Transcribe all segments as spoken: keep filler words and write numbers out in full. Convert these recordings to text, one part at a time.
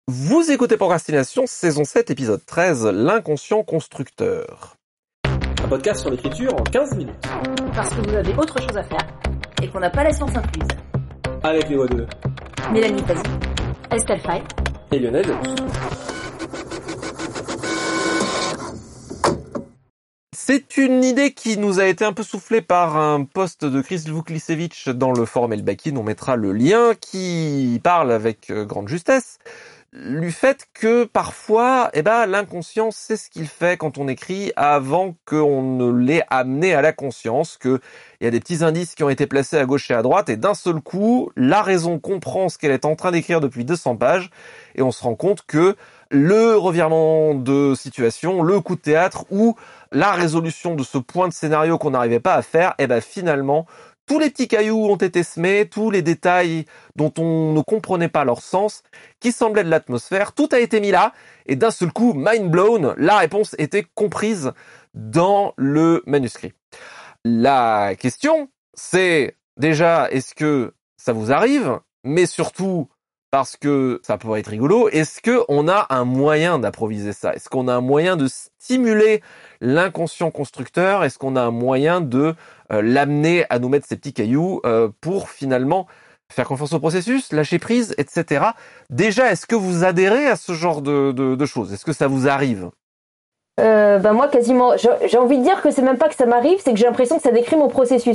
Vous écoutez Procrastination, saison sept, épisode treize, l'inconscient constructeur. Un podcast sur l'écriture en quinze minutes. Parce que vous avez autre chose à faire et qu'on n'a pas la science incluse. Avec les voix de Mélanie Pazzi, Estelle Faye et Lionel Delous. C'est une idée qui nous a été un peu soufflée par un post de Chris Vuklisevich dans le forum Elbakin, on mettra le lien, qui parle avec grande justesse du fait que parfois, eh ben, l'inconscient sait ce qu'il fait quand on écrit avant qu'on ne l'ait amené à la conscience, qu'il y a des petits indices qui ont été placés à gauche et à droite, et d'un seul coup, la raison comprend ce qu'elle est en train d'écrire depuis deux cents pages, et on se rend compte que le revirement de situation, le coup de théâtre, ou la résolution de ce point de scénario qu'on n'arrivait pas à faire, eh ben finalement, tous les petits cailloux ont été semés, tous les détails dont on ne comprenait pas leur sens, qui semblaient de l'atmosphère, tout a été mis là, et d'un seul coup, mind blown, la réponse était comprise dans le manuscrit. La question, c'est déjà, est-ce que ça vous arrive, mais surtout, parce que ça pourrait être rigolo, est-ce qu'on a un moyen d'improviser ça? Est-ce qu'on a un moyen de stimuler l'inconscient constructeur? Est-ce qu'on a un moyen de euh, l'amener à nous mettre ces petits cailloux euh, pour finalement faire confiance au processus, lâcher prise, et cetera. Déjà, est-ce que vous adhérez à ce genre de, de, de choses? Est-ce que ça vous arrive? euh, ben moi, quasiment. J'ai, j'ai envie de dire que c'est même pas que ça m'arrive, c'est que j'ai l'impression que ça décrit mon processus.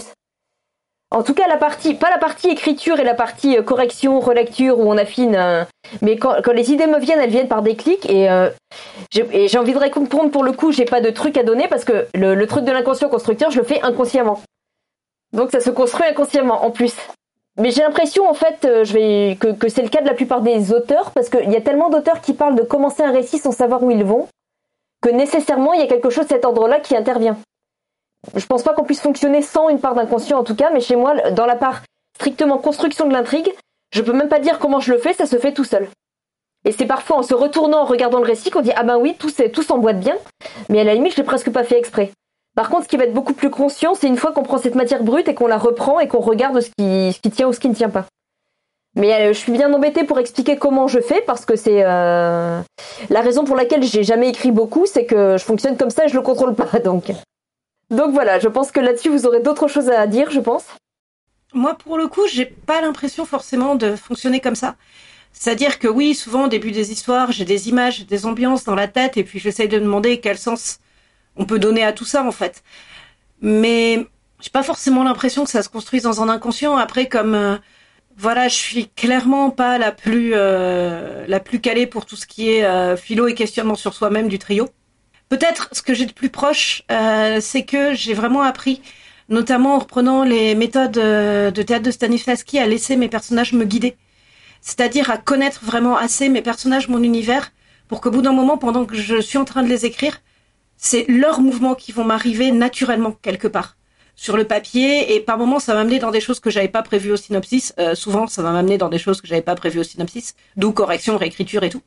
En tout cas, la partie, pas la partie écriture et la partie correction, relecture où on affine, euh, mais quand, quand les idées me viennent, elles viennent par des clics et, euh, j'ai, et j'ai envie de répondre pour le coup, j'ai pas de truc à donner parce que le, le truc de l'inconscient constructeur, je le fais inconsciemment. Donc ça se construit inconsciemment en plus. Mais j'ai l'impression en fait, euh, je vais, que, que c'est le cas de la plupart des auteurs parce qu'il y a tellement d'auteurs qui parlent de commencer un récit sans savoir où ils vont que nécessairement il y a quelque chose de cet ordre-là qui intervient. Je pense pas qu'on puisse fonctionner sans une part d'inconscient en tout cas, mais chez moi, dans la part strictement construction de l'intrigue, je peux même pas dire comment je le fais, ça se fait tout seul. Et c'est parfois en se retournant, en regardant le récit, qu'on dit « Ah ben oui, tout, c'est, tout s'emboîte bien », mais à la limite, je l'ai presque pas fait exprès. Par contre, ce qui va être beaucoup plus conscient, c'est une fois qu'on prend cette matière brute et qu'on la reprend et qu'on regarde ce qui, ce qui tient ou ce qui ne tient pas. Mais euh, je suis bien embêtée pour expliquer comment je fais, parce que c'est... Euh... La raison pour laquelle j'ai jamais écrit beaucoup, c'est que je fonctionne comme ça et je le contrôle pas, donc... Donc voilà, je pense que là-dessus, vous aurez d'autres choses à dire, je pense. Moi, pour le coup, j'ai pas l'impression forcément de fonctionner comme ça. C'est-à-dire que oui, souvent, au début des histoires, j'ai des images, des ambiances dans la tête, et puis j'essaye de me demander quel sens on peut donner à tout ça, en fait. Mais j'ai pas forcément l'impression que ça se construise dans un inconscient. Après, comme... Euh, voilà, je suis clairement pas la plus, euh, la plus calée pour tout ce qui est euh, philo et questionnement sur soi-même du trio. Peut-être ce que j'ai de plus proche, euh, c'est que j'ai vraiment appris, notamment en reprenant les méthodes euh, de théâtre de Stanislavski, à laisser mes personnages me guider. C'est-à-dire à connaître vraiment assez mes personnages, mon univers, pour qu'au bout d'un moment, pendant que je suis en train de les écrire, c'est leurs mouvements qui vont m'arriver naturellement, quelque part, sur le papier. Et par moments, ça va m'amener dans des choses que j'avais pas prévues au synopsis. Euh, souvent, ça va m'amener dans des choses que j'avais pas prévues au synopsis, d'où correction, réécriture et tout.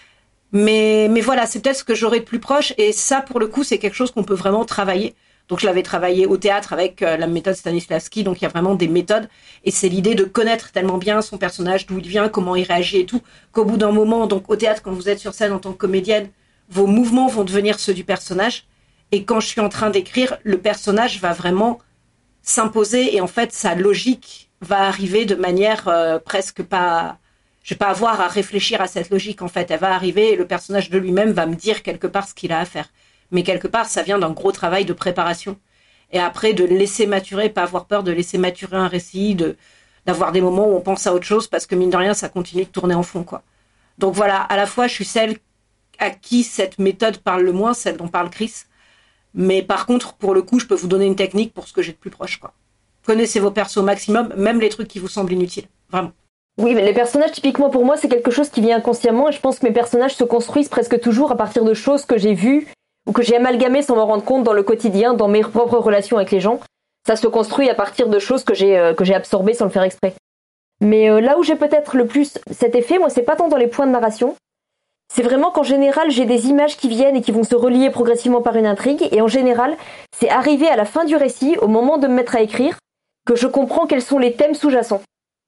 Mais, mais voilà, c'est peut-être ce que j'aurais de plus proche. Et ça, pour le coup, c'est quelque chose qu'on peut vraiment travailler. Donc, je l'avais travaillé au théâtre avec euh, la méthode Stanislavski. Donc, il y a vraiment des méthodes. Et c'est l'idée de connaître tellement bien son personnage, d'où il vient, comment il réagit et tout, qu'au bout d'un moment, donc au théâtre, quand vous êtes sur scène en tant que comédienne, vos mouvements vont devenir ceux du personnage. Et quand je suis en train d'écrire, le personnage va vraiment s'imposer. Et en fait, sa logique va arriver de manière euh, presque pas... Je vais pas avoir à réfléchir à cette logique, en fait. Elle va arriver et le personnage de lui-même va me dire quelque part ce qu'il a à faire. Mais quelque part, ça vient d'un gros travail de préparation. Et après, de laisser maturer, pas avoir peur de laisser maturer un récit, de, d'avoir des moments où on pense à autre chose, parce que mine de rien, ça continue de tourner en fond, quoi. Donc voilà, à la fois, je suis celle à qui cette méthode parle le moins, celle dont parle Chris. Mais par contre, pour le coup, je peux vous donner une technique pour ce que j'ai de plus proche, quoi. Connaissez vos persos au maximum, même les trucs qui vous semblent inutiles. Vraiment. Oui, mais les personnages, typiquement pour moi, c'est quelque chose qui vient inconsciemment et je pense que mes personnages se construisent presque toujours à partir de choses que j'ai vues ou que j'ai amalgamées sans m'en rendre compte dans le quotidien, dans mes propres relations avec les gens. Ça se construit à partir de choses que j'ai, euh, que j'ai absorbées sans le faire exprès. Mais euh, là où j'ai peut-être le plus cet effet, moi, c'est pas tant dans les points de narration. C'est vraiment qu'en général, j'ai des images qui viennent et qui vont se relier progressivement par une intrigue. Et en général, c'est arrivé à la fin du récit, au moment de me mettre à écrire, que je comprends quels sont les thèmes sous-jacents.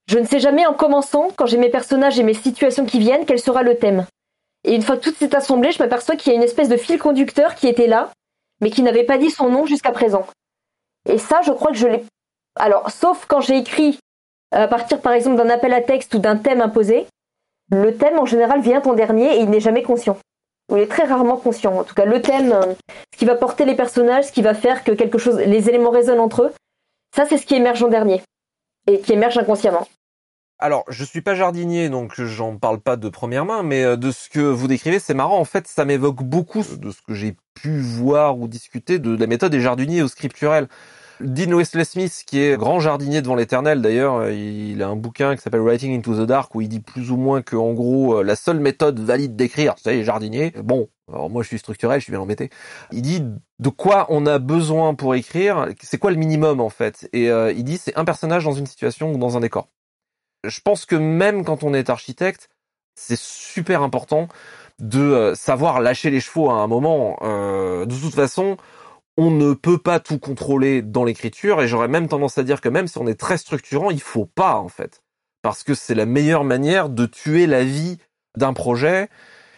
je ne sais jamais en commençant, quand j'ai mes personnages et mes situations qui viennent, quel sera le thème. Et une fois que tout s'est assemblé, je m'aperçois qu'il y a une espèce de fil conducteur qui était là, mais qui n'avait pas dit son nom jusqu'à présent. Et ça, je crois que je l'ai... Alors, sauf quand j'ai écrit à partir, par exemple, d'un appel à texte ou d'un thème imposé, le thème, en général, vient en dernier et il n'est jamais conscient. Ou il est très rarement conscient. En tout cas, le thème, ce qui va porter les personnages, ce qui va faire que quelque chose, les éléments résonnent entre eux, ça, c'est ce qui émerge en dernier. Et qui émerge inconsciemment. Alors, je suis pas jardinier, donc j'en parle pas de première main, mais de ce que vous décrivez, c'est marrant. En fait, ça m'évoque beaucoup de ce que j'ai pu voir ou discuter de la méthode des jardiniers au scripturel. Dean Wesley Smith, qui est grand jardinier devant l'Éternel, d'ailleurs, il a un bouquin qui s'appelle Writing into the Dark, où il dit plus ou moins que, en gros, la seule méthode valide d'écrire, c'est jardinier. Bon, alors moi je suis structurel, je suis bien embêté. Il dit de quoi on a besoin pour écrire, c'est quoi le minimum en fait. Et euh, il dit c'est un personnage dans une situation ou dans un décor. Je pense que même quand on est architecte, c'est super important de euh, savoir lâcher les chevaux à un moment. Euh, de toute façon, on ne peut pas tout contrôler dans l'écriture, et j'aurais même tendance à dire que même si on est très structurant, il faut pas en fait, parce que c'est la meilleure manière de tuer la vie d'un projet.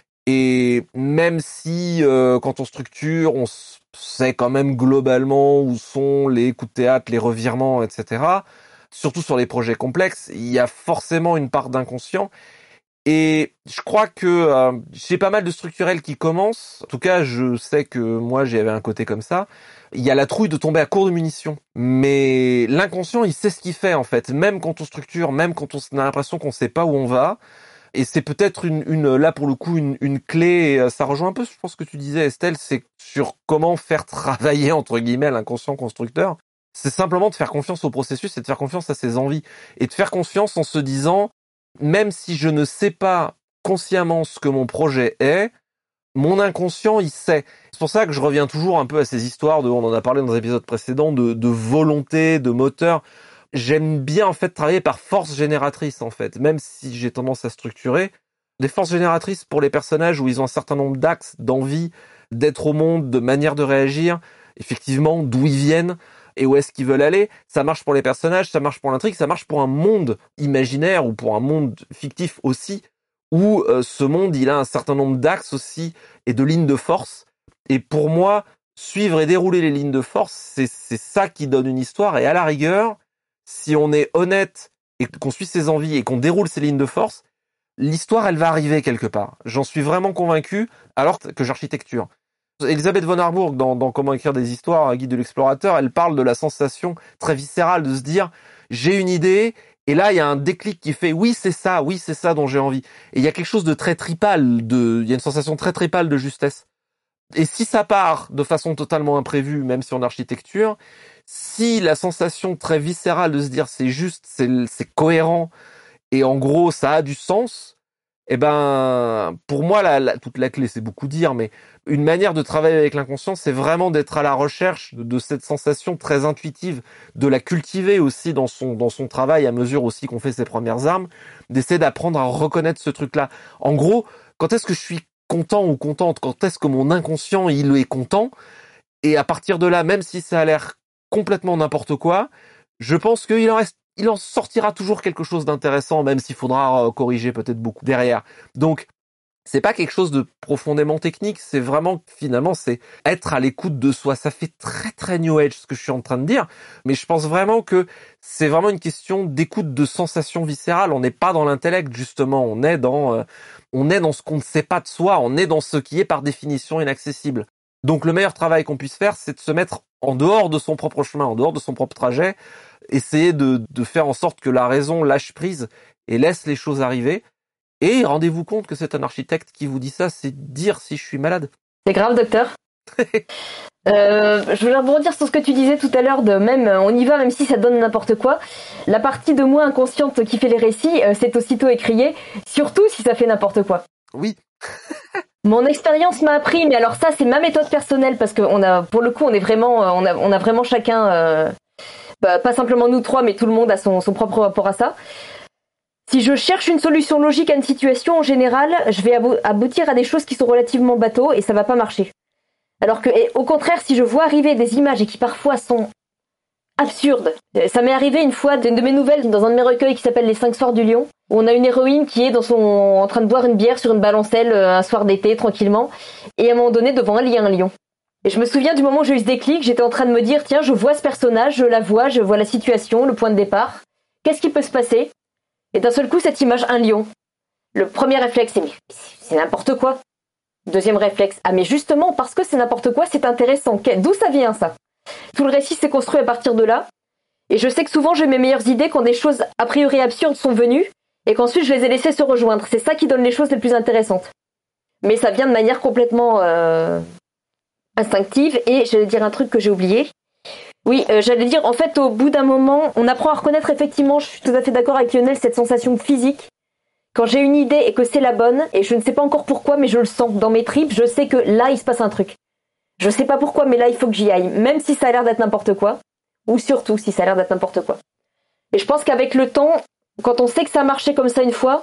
Et même si euh, quand on structure, on sait quand même globalement où sont les coups de théâtre, les revirements, et cetera. Surtout sur les projets complexes, il y a forcément une part d'inconscient. Et je crois que euh, j'ai pas mal de structurels qui commencent. En tout cas, je sais que moi, j'avais un côté comme ça. Il y a la trouille de tomber à court de munitions. Mais l'inconscient, il sait ce qu'il fait, en fait. Même quand on structure, même quand on a l'impression qu'on sait pas où on va. Et c'est peut-être une, une là, pour le coup, une, une clé. Et ça rejoint un peu, je pense, ce que tu disais, Estelle, c'est sur comment faire travailler, entre guillemets, l'inconscient constructeur. C'est simplement de faire confiance au processus et de faire confiance à ses envies. Et de faire confiance en se disant, même si je ne sais pas consciemment ce que mon projet est, mon inconscient, il sait. C'est pour ça que je reviens toujours un peu à ces histoires de, on en a parlé dans les épisodes précédents, de, de volonté, de moteur. J'aime bien, en fait, travailler par force génératrice, en fait. Même si j'ai tendance à structurer. Des forces génératrices pour les personnages où ils ont un certain nombre d'axes, d'envie, d'être au monde, de manière de réagir. Effectivement, d'où ils viennent. Et où est-ce qu'ils veulent aller. Ça marche pour les personnages, ça marche pour l'intrigue, ça marche pour un monde imaginaire ou pour un monde fictif aussi, où euh, ce monde, il a un certain nombre d'axes aussi et de lignes de force. Et pour moi, suivre et dérouler les lignes de force, c'est, c'est ça qui donne une histoire. Et à la rigueur, si on est honnête et qu'on suit ses envies et qu'on déroule ces lignes de force, l'histoire, elle va arriver quelque part. J'en suis vraiment convaincu, alors que j'architecture. Elisabeth von Harburg, dans, dans Comment écrire des histoires, un guide de l'explorateur, elle parle de la sensation très viscérale de se dire « j'ai une idée » et là il y a un déclic qui fait « oui c'est ça, oui c'est ça dont j'ai envie ». Et il y a quelque chose de très tripal, de, il y a une sensation très tripale de justesse. Et si ça part de façon totalement imprévue, même si en architecture, si la sensation très viscérale de se dire « c'est juste, c'est, c'est cohérent » et en gros ça a du sens, eh ben, pour moi, la, la, toute la clé, c'est beaucoup dire, mais une manière de travailler avec l'inconscient, c'est vraiment d'être à la recherche de, de cette sensation très intuitive, de la cultiver aussi dans son, dans son travail à mesure aussi qu'on fait ses premières armes, d'essayer d'apprendre à reconnaître ce truc-là. En gros, quand est-ce que je suis content ou contente? Quand est-ce que mon inconscient, il est content? Et à partir de là, même si ça a l'air complètement n'importe quoi, je pense qu'il en reste il en sortira toujours quelque chose d'intéressant, même s'il faudra corriger peut-être beaucoup derrière. Donc, c'est pas quelque chose de profondément technique, c'est vraiment, finalement, c'est être à l'écoute de soi. Ça fait très très New Age ce que je suis en train de dire, mais je pense vraiment que c'est vraiment une question d'écoute de sensation viscérale. On n'est pas dans l'intellect, justement, on est dans, euh, on est dans ce qu'on ne sait pas de soi, on est dans ce qui est par définition inaccessible. Donc le meilleur travail qu'on puisse faire, c'est de se mettre en dehors de son propre chemin, en dehors de son propre trajet, essayer de, de faire en sorte que la raison lâche prise et laisse les choses arriver. Et rendez-vous compte que c'est un architecte qui vous dit ça, c'est dire si je suis malade. C'est grave, docteur. euh, je voulais rebondir sur ce que tu disais tout à l'heure de même, on y va même si ça donne n'importe quoi. La partie de moi inconsciente qui fait les récits, euh, c'est aussitôt écrié, surtout si ça fait n'importe quoi. Oui. Mon expérience m'a appris, mais alors ça c'est ma méthode personnelle parce que on a, pour le coup, on est vraiment, on a, on a vraiment chacun, euh, bah, pas simplement nous trois, mais tout le monde a son, son propre rapport à ça. Si je cherche une solution logique à une situation, en général, je vais aboutir à des choses qui sont relativement bateaux et ça va pas marcher. Alors que, et au contraire, si je vois arriver des images et qui parfois sont absurde. Ça m'est arrivé une fois d'une de mes nouvelles dans un de mes recueils qui s'appelle Les cinq soirs du lion, où on a une héroïne qui est dans son, en train de boire une bière sur une balancelle un soir d'été, tranquillement, et à un moment donné, devant elle, il y a un lion. Et je me souviens du moment où j'ai eu ce déclic, j'étais en train de me dire, tiens, je vois ce personnage, je la vois, je vois la situation, le point de départ. Qu'est-ce qui peut se passer? Et d'un seul coup, cette image, un lion. Le premier réflexe, c'est, mais c'est n'importe quoi. Deuxième réflexe, ah mais justement, parce que c'est n'importe quoi, c'est intéressant. D'où ça vient, ça? Tout le récit s'est construit à partir de là. Et je sais que souvent, j'ai mes meilleures idées quand des choses a priori absurdes sont venues, et qu'ensuite, je les ai laissées se rejoindre. C'est ça qui donne les choses les plus intéressantes. Mais ça vient de manière complètement euh, instinctive, et j'allais dire un truc que j'ai oublié. Oui, euh, j'allais dire, en fait, au bout d'un moment, on apprend à reconnaître effectivement, je suis tout à fait d'accord avec Lionel, cette sensation physique. Quand j'ai une idée et que c'est la bonne, et je ne sais pas encore pourquoi, mais je le sens dans mes tripes, je sais que là, il se passe un truc. Je sais pas pourquoi, mais là, il faut que j'y aille, même si ça a l'air d'être n'importe quoi, ou surtout si ça a l'air d'être n'importe quoi. Et je pense qu'avec le temps, quand on sait que ça a marché comme ça une fois,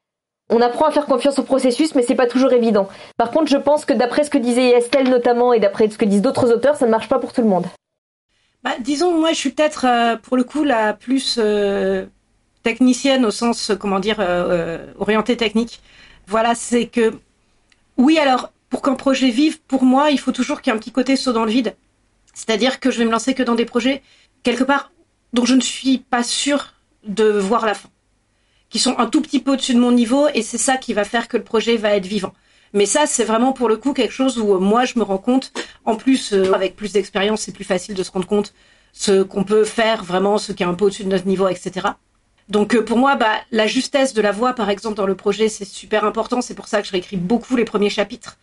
on apprend à faire confiance au processus, mais c'est pas toujours évident. Par contre, je pense que d'après ce que disait Estelle notamment, et d'après ce que disent d'autres auteurs, ça ne marche pas pour tout le monde. Bah, disons, moi, je suis peut-être, euh, pour le coup, la plus... Euh... technicienne au sens, comment dire, euh, orientée technique. Voilà, c'est que, oui, alors, pour qu'un projet vive, pour moi, il faut toujours qu'il y ait un petit côté saut dans le vide. C'est-à-dire que je vais me lancer que dans des projets, quelque part, dont je ne suis pas sûre de voir la fin. Qui sont un tout petit peu au-dessus de mon niveau, et c'est ça qui va faire que le projet va être vivant. Mais ça, c'est vraiment, pour le coup, quelque chose où, euh, moi, je me rends compte, en plus, euh, avec plus d'expérience, c'est plus facile de se rendre compte ce qu'on peut faire, vraiment, ce qui est un peu au-dessus de notre niveau, et cetera. Donc euh, pour moi, bah, la justesse de la voix, par exemple, dans le projet, c'est super important. C'est pour ça que je réécris beaucoup les premiers chapitres.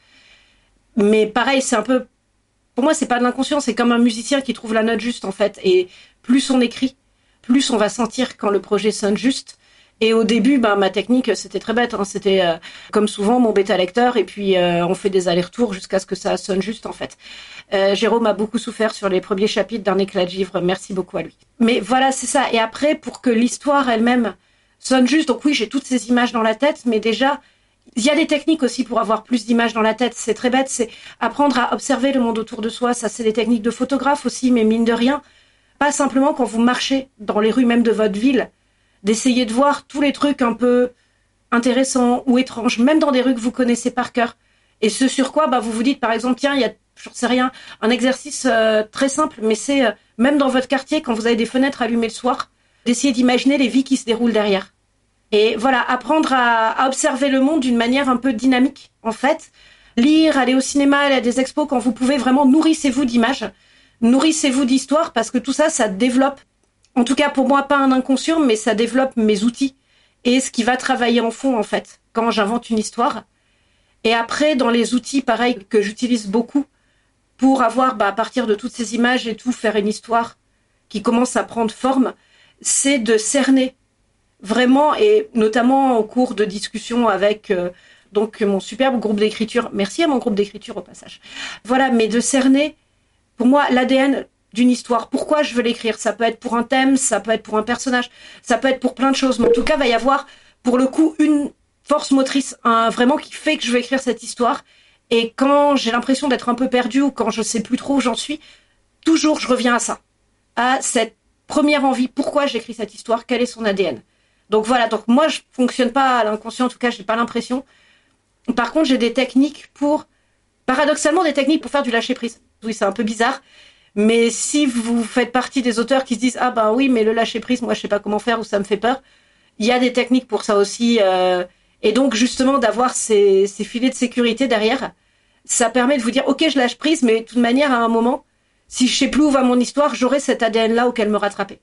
Mais pareil, c'est un peu... Pour moi, c'est pas de l'inconscient, c'est comme un musicien qui trouve la note juste, en fait. Et plus on écrit, plus on va sentir quand le projet sonne juste. Et au début, bah, ma technique, c'était très bête. Hein. C'était, euh, comme souvent, mon bêta-lecteur, et puis euh, on fait des allers-retours jusqu'à ce que ça sonne juste, en fait. Euh, Jérôme a beaucoup souffert sur les premiers chapitres d'un éclat de givre. Merci beaucoup à lui. Mais voilà, c'est ça. Et après, pour que l'histoire elle-même sonne juste, donc oui, j'ai toutes ces images dans la tête, mais déjà, il y a des techniques aussi pour avoir plus d'images dans la tête. C'est très bête, c'est apprendre à observer le monde autour de soi. Ça, c'est des techniques de photographe aussi, mais mine de rien, pas simplement quand vous marchez dans les rues même de votre ville, d'essayer de voir tous les trucs un peu intéressants ou étranges, même dans des rues que vous connaissez par cœur. Et ce sur quoi, bah, vous vous dites, par exemple, tiens, il y a, je sais rien, un exercice euh, très simple, mais c'est, euh, même dans votre quartier, quand vous avez des fenêtres allumées le soir, d'essayer d'imaginer les vies qui se déroulent derrière. Et voilà, apprendre à, à observer le monde d'une manière un peu dynamique, en fait. Lire, aller au cinéma, aller à des expos, quand vous pouvez, vraiment, nourrissez-vous d'images, nourrissez-vous d'histoires, parce que tout ça, ça développe, en tout cas pour moi, pas un inconscient, mais ça développe mes outils. Et ce qui va travailler en fond, en fait, quand j'invente une histoire. Et après, dans les outils, pareil, que j'utilise beaucoup, pour avoir, bah, à partir de toutes ces images et tout, faire une histoire qui commence à prendre forme, c'est de cerner vraiment, et notamment au cours de discussions avec euh, donc mon superbe groupe d'écriture, merci à mon groupe d'écriture au passage, voilà, mais de cerner, pour moi, l'A D N d'une histoire. Pourquoi je veux l'écrire? Ça peut être pour un thème, ça peut être pour un personnage, ça peut être pour plein de choses, mais en tout cas, il va y avoir, pour le coup, une force motrice, un, vraiment, qui fait que je veux écrire cette histoire. Et quand j'ai l'impression d'être un peu perdue ou quand je sais plus trop où j'en suis, toujours je reviens à ça, à cette première envie. Pourquoi j'écris cette histoire? Quel est son A D N? Donc voilà, donc moi je fonctionne pas à l'inconscient, en tout cas j'ai pas l'impression. Par contre j'ai des techniques pour, paradoxalement des techniques pour faire du lâcher prise. Oui, c'est un peu bizarre, mais si vous faites partie des auteurs qui se disent ah bah oui mais le lâcher prise, moi je sais pas comment faire ou ça me fait peur, il y a des techniques pour ça aussi. Euh, Et donc, justement, d'avoir ces, ces filets de sécurité derrière, ça permet de vous dire, ok, je lâche prise, mais de toute manière, à un moment, si je sais plus où va mon histoire, j'aurai cet A D N-là auquel me rattraper.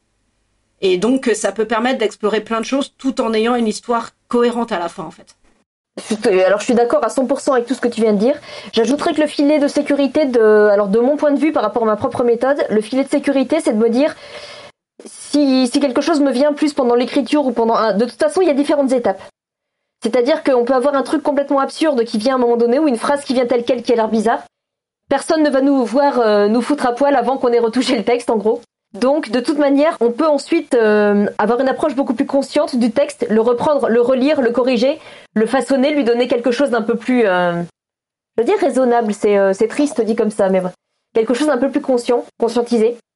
Et donc, ça peut permettre d'explorer plein de choses tout en ayant une histoire cohérente à la fin, en fait. Alors, je suis d'accord à cent pour cent avec tout ce que tu viens de dire. J'ajouterais que le filet de sécurité, de, alors de mon point de vue par rapport à ma propre méthode, le filet de sécurité, c'est de me dire, si, si quelque chose me vient plus pendant l'écriture ou pendant un... De toute façon, il y a différentes étapes. C'est-à-dire qu'on peut avoir un truc complètement absurde qui vient à un moment donné, ou une phrase qui vient telle quelle qui a l'air bizarre. Personne ne va nous voir euh, nous foutre à poil avant qu'on ait retouché le texte, en gros. Donc, de toute manière, on peut ensuite euh, avoir une approche beaucoup plus consciente du texte, le reprendre, le relire, le corriger, le façonner, lui donner quelque chose d'un peu plus... Euh, je veux dire raisonnable, c'est, euh, c'est triste dit comme ça, mais quelque chose d'un peu plus conscient, conscientisé.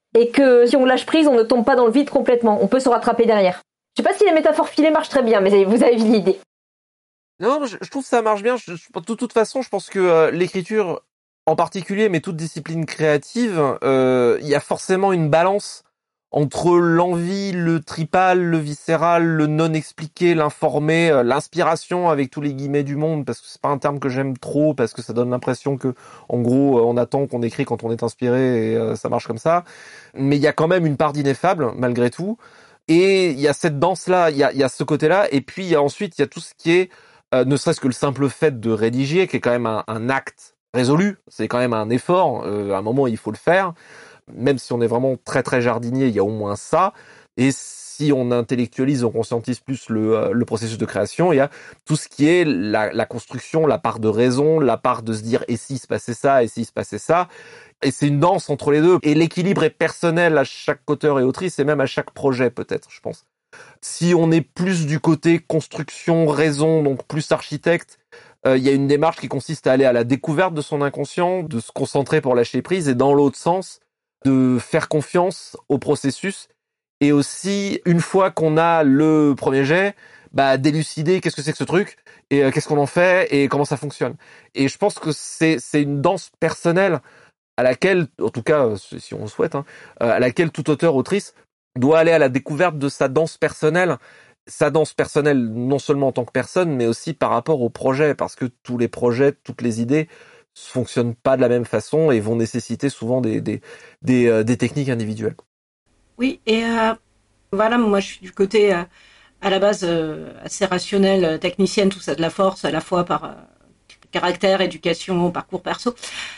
et que si on lâche prise, on ne tombe pas dans le vide complètement. On peut se rattraper derrière. Je sais pas si les métaphores filées marchent très bien, mais vous avez vu l'idée. Non, je, je trouve que ça marche bien. Je, je, de toute façon, je pense que euh, l'écriture en particulier, mais toute discipline créative, il euh, y a forcément une balance entre l'envie, le tripal, le viscéral, le non expliqué, l'informé, euh, l'inspiration avec tous les guillemets du monde, parce que c'est pas un terme que j'aime trop, parce que ça donne l'impression que, en gros, on attend qu'on écrit quand on est inspiré et euh, ça marche comme ça. Mais il y a quand même une part d'ineffable, malgré tout. Et il y a cette danse-là, il y a, y a ce côté-là, et puis y a ensuite, il y a tout ce qui est, euh, ne serait-ce que le simple fait de rédiger, qui est quand même un, un acte résolu, c'est quand même un effort, euh, à un moment il faut le faire. Même si on est vraiment très très jardinier, il y a au moins ça. Et si on intellectualise, on conscientise plus le, le processus de création, il y a tout ce qui est la, la construction, la part de raison, la part de se dire et s'il se passait ça, et s'il se passait ça. Et c'est une danse entre les deux. Et l'équilibre est personnel à chaque auteur et autrice, et même à chaque projet peut-être, je pense. Si on est plus du côté construction, raison, donc plus architecte, il euh, y a une démarche qui consiste à aller à la découverte de son inconscient, de se concentrer pour lâcher prise, et dans l'autre sens, de faire confiance au processus, et aussi, une fois qu'on a le premier jet, bah, d'élucider qu'est-ce que c'est que ce truc, et euh, qu'est-ce qu'on en fait, et comment ça fonctionne. Et je pense que c'est, c'est une danse personnelle à laquelle, en tout cas, si on le souhaite, hein, à laquelle tout auteur, autrice doit aller à la découverte de sa danse personnelle, sa danse personnelle non seulement en tant que personne, mais aussi par rapport au projet, parce que tous les projets, toutes les idées fonctionnent pas de la même façon et vont nécessiter souvent des des des, euh, des techniques individuelles. Oui, et euh, voilà, moi je suis du côté euh, à la base euh, assez rationnel, technicienne, tout ça de la force, à la fois par euh, caractère, éducation, parcours perso.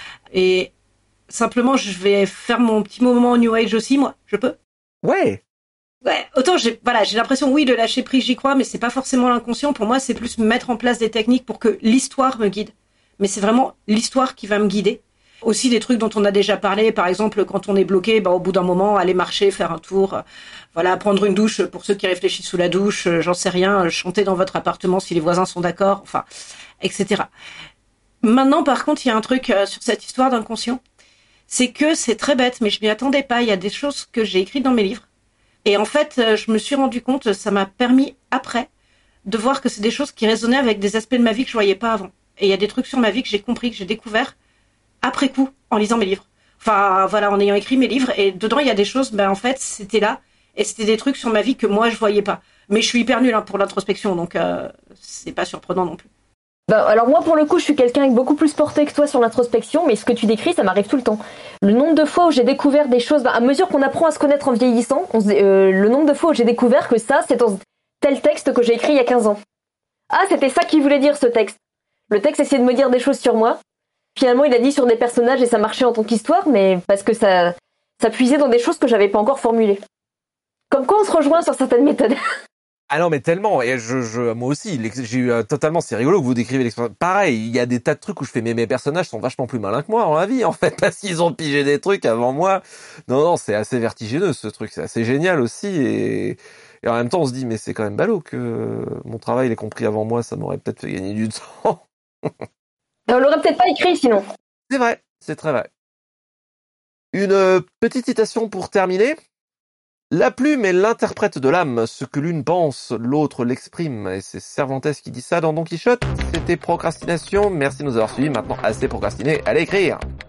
Et simplement, je vais faire mon petit moment New Age aussi, moi, je peux. Ouais. Ouais, autant j'ai voilà, j'ai l'impression oui de lâcher prise, j'y crois, mais c'est pas forcément l'inconscient. Pour moi, c'est plus mettre en place des techniques pour que l'histoire me guide. Mais c'est vraiment l'histoire qui va me guider. Aussi des trucs dont on a déjà parlé, par exemple quand on est bloqué, bah, au bout d'un moment, aller marcher, faire un tour, euh, voilà, prendre une douche pour ceux qui réfléchissent sous la douche, euh, j'en sais rien, euh, chanter dans votre appartement si les voisins sont d'accord, enfin, et cetera. Maintenant, par contre, il y a un truc euh, sur cette histoire d'inconscient, c'est que c'est très bête, mais je m'y attendais pas. Il y a des choses que j'ai écrites dans mes livres, et en fait, euh, je me suis rendu compte, ça m'a permis après de voir que c'est des choses qui résonnaient avec des aspects de ma vie que je voyais pas avant. Et il y a des trucs sur ma vie que j'ai compris, que j'ai découvert après coup, en lisant mes livres. Enfin, voilà, en ayant écrit mes livres. Et dedans, il y a des choses, ben en fait, c'était là. Et c'était des trucs sur ma vie que moi, je voyais pas. Mais je suis hyper nulle hein, pour l'introspection, donc euh, c'est pas surprenant non plus. Bah, alors moi, pour le coup, je suis quelqu'un avec beaucoup plus porté que toi sur l'introspection, mais ce que tu décris, ça m'arrive tout le temps. Le nombre de fois où j'ai découvert des choses, bah, à mesure qu'on apprend à se connaître en vieillissant, on, euh, le nombre de fois où j'ai découvert que ça, c'est dans tel texte que j'ai écrit il y a quinze ans. Ah, c'était ça qu'il voulait dire, ce texte. Le texte essayait de me dire des choses sur moi. Finalement, il a dit sur des personnages et ça marchait en tant qu'histoire, mais parce que ça, ça puisait dans des choses que j'avais pas encore formulées. Comme quoi on se rejoint sur certaines méthodes. Ah non, mais tellement. Et je, je, moi aussi, j'ai eu euh, totalement, c'est rigolo que vous décrivez l'expérience. Pareil, il y a des tas de trucs où je fais, mais mes personnages sont vachement plus malins que moi dans la vie, en fait, parce qu'ils ont pigé des trucs avant moi. Non, non, c'est assez vertigineux, ce truc. C'est assez génial aussi. Et, et en même temps, on se dit, mais c'est quand même ballot que mon travail l'ait compris avant moi, ça m'aurait peut-être fait gagner du temps. On l'aurait peut-être pas écrit sinon. C'est vrai, c'est très vrai. Une petite citation pour terminer. La plume est l'interprète de l'âme. Ce que l'une pense, l'autre l'exprime. Et c'est Cervantes qui dit ça dans Don Quichotte. C'était Procrastination. Merci de nous avoir suivis. Maintenant, assez procrastiné. Allez écrire.